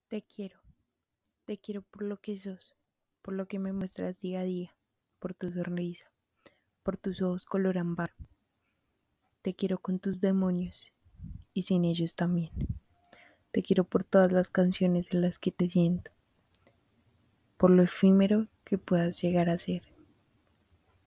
Te quiero por lo que sos, por lo que me muestras día a día, por tu sonrisa, por tus ojos color ámbar. Te quiero con tus demonios y sin ellos también. Te quiero por todas las canciones en las que te siento, por lo efímero que puedas llegar a ser